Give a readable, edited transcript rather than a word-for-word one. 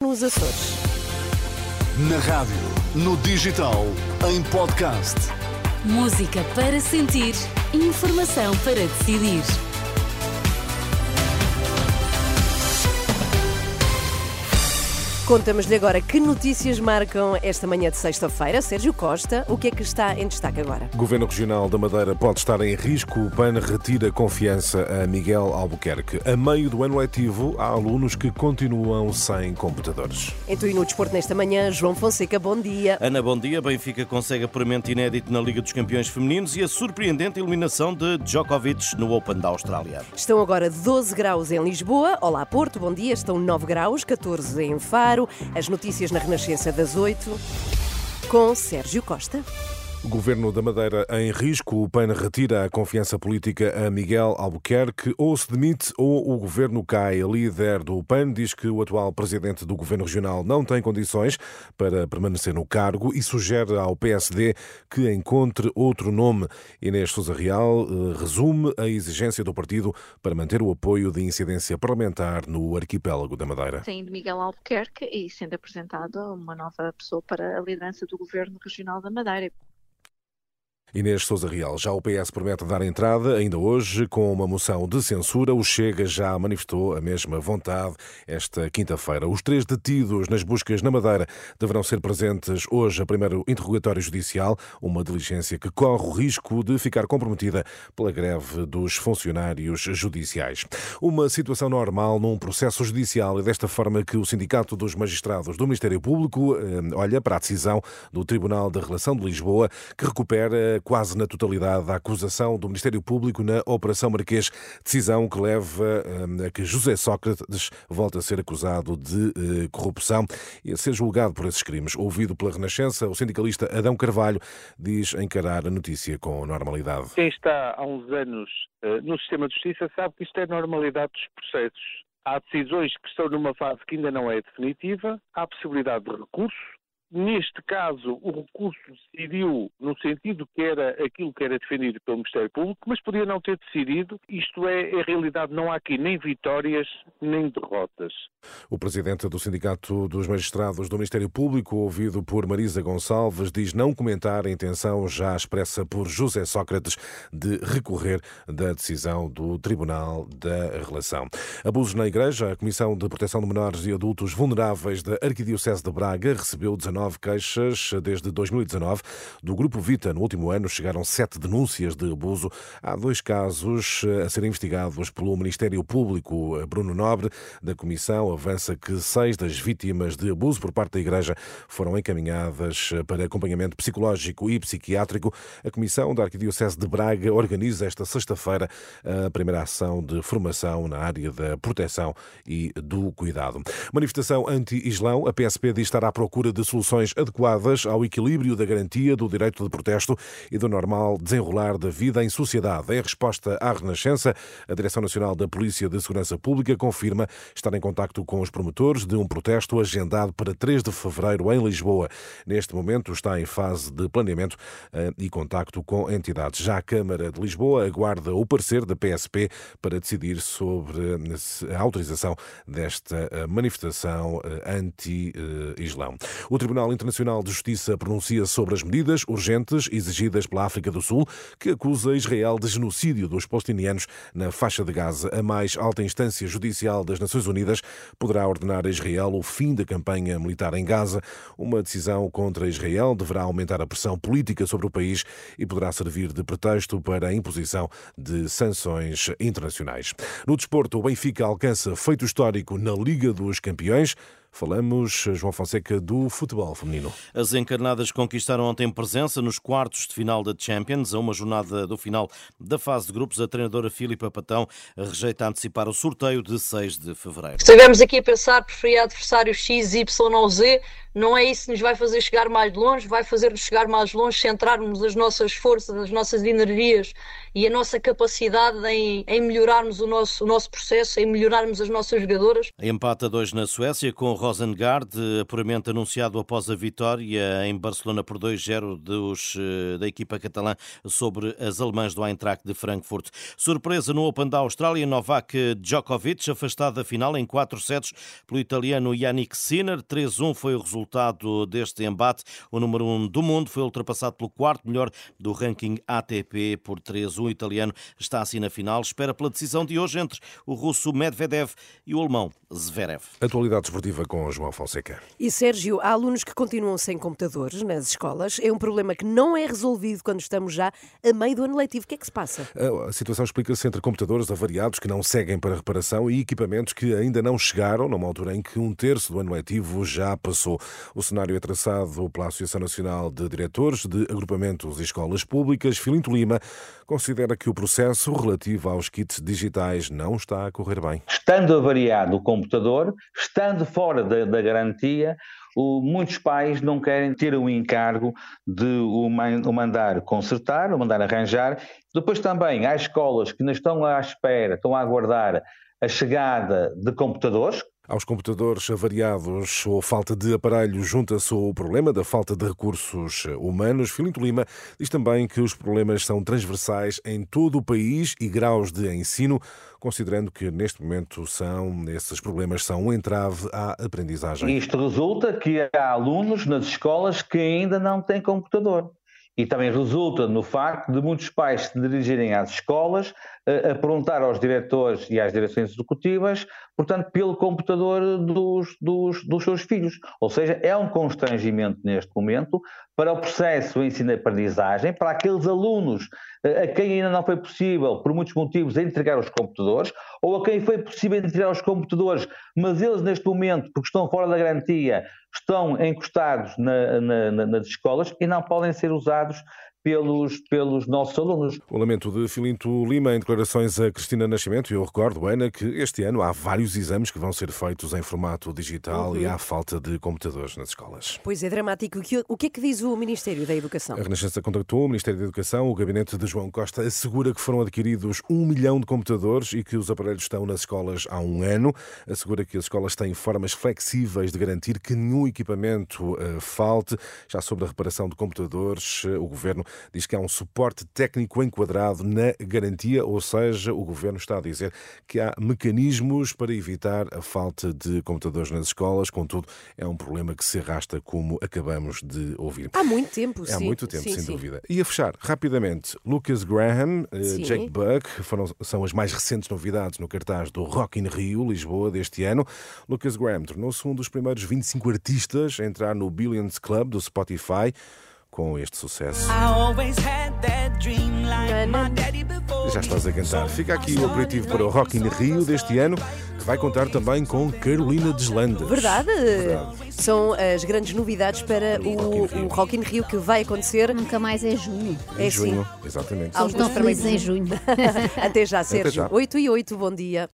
nos Açores. Na rádio, no digital, em podcast. Música para sentir, informação para decidir. Contamos-lhe agora que notícias marcam esta manhã de sexta-feira. Sérgio Costa, o que é que está em destaque agora? Governo Regional da Madeira pode estar em risco. O PAN retira confiança a Miguel Albuquerque. A meio do ano letivo, há alunos que continuam sem computadores. Então, e no desporto nesta manhã, João Fonseca, bom dia. Ana, bom dia. Benfica consegue apuramento inédito na Liga dos Campeões Femininos e a surpreendente eliminação de Djokovic no Open da Austrália. Estão agora 12 graus em Lisboa. Olá, Porto, bom dia. Estão 9 graus, 14 em Faro. As notícias na Renascença das 8, com Sérgio Costa. O Governo da Madeira em risco. O PAN retira a confiança política a Miguel Albuquerque. Ou se demite ou o Governo cai. A líder do PAN diz que o atual presidente do Governo Regional não tem condições para permanecer no cargo e sugere ao PSD que encontre outro nome. Inês Sousa Real resume a exigência do partido para manter o apoio de incidência parlamentar no arquipélago da Madeira. Saindo Miguel Albuquerque e sendo apresentada uma nova pessoa para a liderança do Governo Regional da Madeira. Inês Sousa Real. Já o PS promete dar entrada, ainda hoje, com uma moção de censura. O Chega já manifestou a mesma vontade esta quinta-feira. Os 3 detidos nas buscas na Madeira deverão ser presentes hoje a primeiro interrogatório judicial, uma diligência que corre o risco de ficar comprometida pela greve dos funcionários judiciais. Uma situação normal num processo judicial. É desta forma que o Sindicato dos Magistrados do Ministério Público olha para a decisão do Tribunal da Relação de Lisboa, que recupera quase na totalidade a acusação do Ministério Público na Operação Marquês, decisão que leva a que José Sócrates volte a ser acusado de corrupção e a ser julgado por esses crimes. Ouvido pela Renascença, o sindicalista Adão Carvalho diz encarar a notícia com normalidade. Quem está há uns anos no sistema de justiça sabe que isto é normalidade dos processos. Há decisões que estão numa fase que ainda não é definitiva, há possibilidade de recurso. Neste caso, o recurso decidiu no sentido que era aquilo que era defendido pelo Ministério Público, mas podia não ter decidido. Isto é, em realidade, não há aqui nem vitórias nem derrotas. O presidente do Sindicato dos Magistrados do Ministério Público, ouvido por Marisa Gonçalves, diz não comentar a intenção já expressa por José Sócrates de recorrer da decisão do Tribunal da Relação. Abusos na Igreja. A Comissão de Proteção de Menores e Adultos Vulneráveis da Arquidiocese de Braga recebeu 19 queixas desde 2019. Do Grupo Vita, no último ano, chegaram 7 denúncias de abuso. Há 2 casos a serem investigados pelo Ministério Público. Bruno Nobre, da Comissão, avança que 6 das vítimas de abuso por parte da Igreja foram encaminhadas para acompanhamento psicológico e psiquiátrico. A Comissão da Arquidiocese de Braga organiza esta sexta-feira a primeira ação de formação na área da proteção e do cuidado. Manifestação anti-Islão. A PSP diz estar à procura de soluções adequadas ao equilíbrio da garantia do direito de protesto e do normal desenrolar da vida em sociedade. Em resposta à Renascença, a Direção Nacional da Polícia de Segurança Pública confirma estar em contacto com os promotores de um protesto agendado para 3 de fevereiro em Lisboa. Neste momento está em fase de planeamento e contacto com entidades. Já a Câmara de Lisboa aguarda o parecer da PSP para decidir sobre a autorização desta manifestação anti-Islão. O Tribunal Internacional de Justiça pronuncia sobre as medidas urgentes exigidas pela África do Sul, que acusa Israel de genocídio dos palestinianos na faixa de Gaza. A mais alta instância judicial das Nações Unidas poderá ordenar a Israel o fim da campanha militar em Gaza. Uma decisão contra Israel deverá aumentar a pressão política sobre o país e poderá servir de pretexto para a imposição de sanções internacionais. No desporto, o Benfica alcança feito histórico na Liga dos Campeões. Falamos, João Fonseca, do futebol feminino. As encarnadas conquistaram ontem presença nos quartos de final da Champions. A uma jornada do final da fase de grupos, a treinadora Filipa Patão rejeita antecipar o sorteio de 6 de fevereiro. Estivemos aqui a pensar, preferia adversário X, Y ou Z. não é isso que nos vai fazer chegar mais longe, vai fazer-nos chegar mais longe, centrarmos as nossas forças, as nossas energias e a nossa capacidade em melhorarmos o nosso processo, em melhorarmos as nossas jogadoras. Empate a 2 na Suécia com Rosengard, apuramento anunciado após a vitória em Barcelona por 2-0 da equipa catalã sobre as alemãs do Eintracht de Frankfurt. Surpresa no Open da Austrália, Novak Djokovic afastado da final em 4 sets pelo italiano Jannik Sinner. 3-1 foi o resultado deste embate. O número 1 do mundo foi ultrapassado pelo quarto melhor do ranking ATP por 3-1. O italiano está assim na final. Espera pela decisão de hoje entre o russo Medvedev e o alemão Zverev. Atualidade esportiva com João Fonseca. E Sérgio, há alunos que continuam sem computadores nas escolas. É um problema que não é resolvido quando estamos já a meio do ano letivo. O que é que se passa? A situação explica-se entre computadores avariados que não seguem para reparação e equipamentos que ainda não chegaram, numa altura em que 1/3 do ano letivo já passou. O cenário é traçado pela Associação Nacional de Diretores de Agrupamentos e Escolas Públicas. Filinto Lima considera que o processo relativo aos kits digitais não está a correr bem. Estando avariado o computador, estando fora da garantia, muitos pais não querem ter o encargo de o mandar consertar, o mandar arranjar. Depois também há escolas que ainda estão à espera, estão a aguardar a chegada de computadores. Aos computadores avariados ou falta de aparelhos junta-se o problema da falta de recursos humanos. Filinto Lima diz também que os problemas são transversais em todo o país e graus de ensino, considerando que neste momento esses problemas são um entrave à aprendizagem. Isto resulta que há alunos nas escolas que ainda não têm computador. E também resulta no facto de muitos pais se dirigirem às escolas a perguntar aos diretores e às direções executivas, portanto, pelo computador dos seus filhos. Ou seja, é um constrangimento neste momento para o processo de ensino e aprendizagem, para aqueles alunos a quem ainda não foi possível, por muitos motivos, entregar os computadores, ou a quem foi possível entregar os computadores, mas eles neste momento, porque estão fora da garantia, estão encostados nas escolas e não podem ser usados pelos nossos alunos. O lamento de Filinto Lima em declarações a Cristina Nascimento. E eu recordo, Ana, que este ano há vários exames que vão ser feitos em formato digital e há falta de computadores nas escolas. Pois é, dramático. O que é que diz o Ministério da Educação? A Renascença contactou o Ministério da Educação. O gabinete de João Costa assegura que foram adquiridos 1 milhão de computadores e que os aparelhos estão nas escolas há um ano. Assegura que as escolas têm formas flexíveis de garantir que nenhum equipamento falte. Já sobre a reparação de computadores, o Governo diz que há um suporte técnico enquadrado na garantia, ou seja, o Governo está a dizer que há mecanismos para evitar a falta de computadores nas escolas, contudo, é um problema que se arrasta, como acabamos de ouvir. Há muito tempo, sim. Há muito tempo, sim, sem sim. dúvida. E a fechar, rapidamente, Lucas Graham, Jake Buck, são as mais recentes novidades no cartaz do Rock in Rio, Lisboa, deste ano. Lucas Graham tornou-se um dos primeiros 25 artistas a entrar no Billions Club do Spotify, com este sucesso. Já estás a cantar. Fica aqui o aperitivo para o Rock in Rio deste ano, que vai contar também com Carolina Deslandes. Verdade. São as grandes novidades para o Rock in Rio que vai acontecer. Nunca mais é junho. Em junho, exatamente. Estão felizes em junho. Até já, Sérgio. 8:08, bom dia.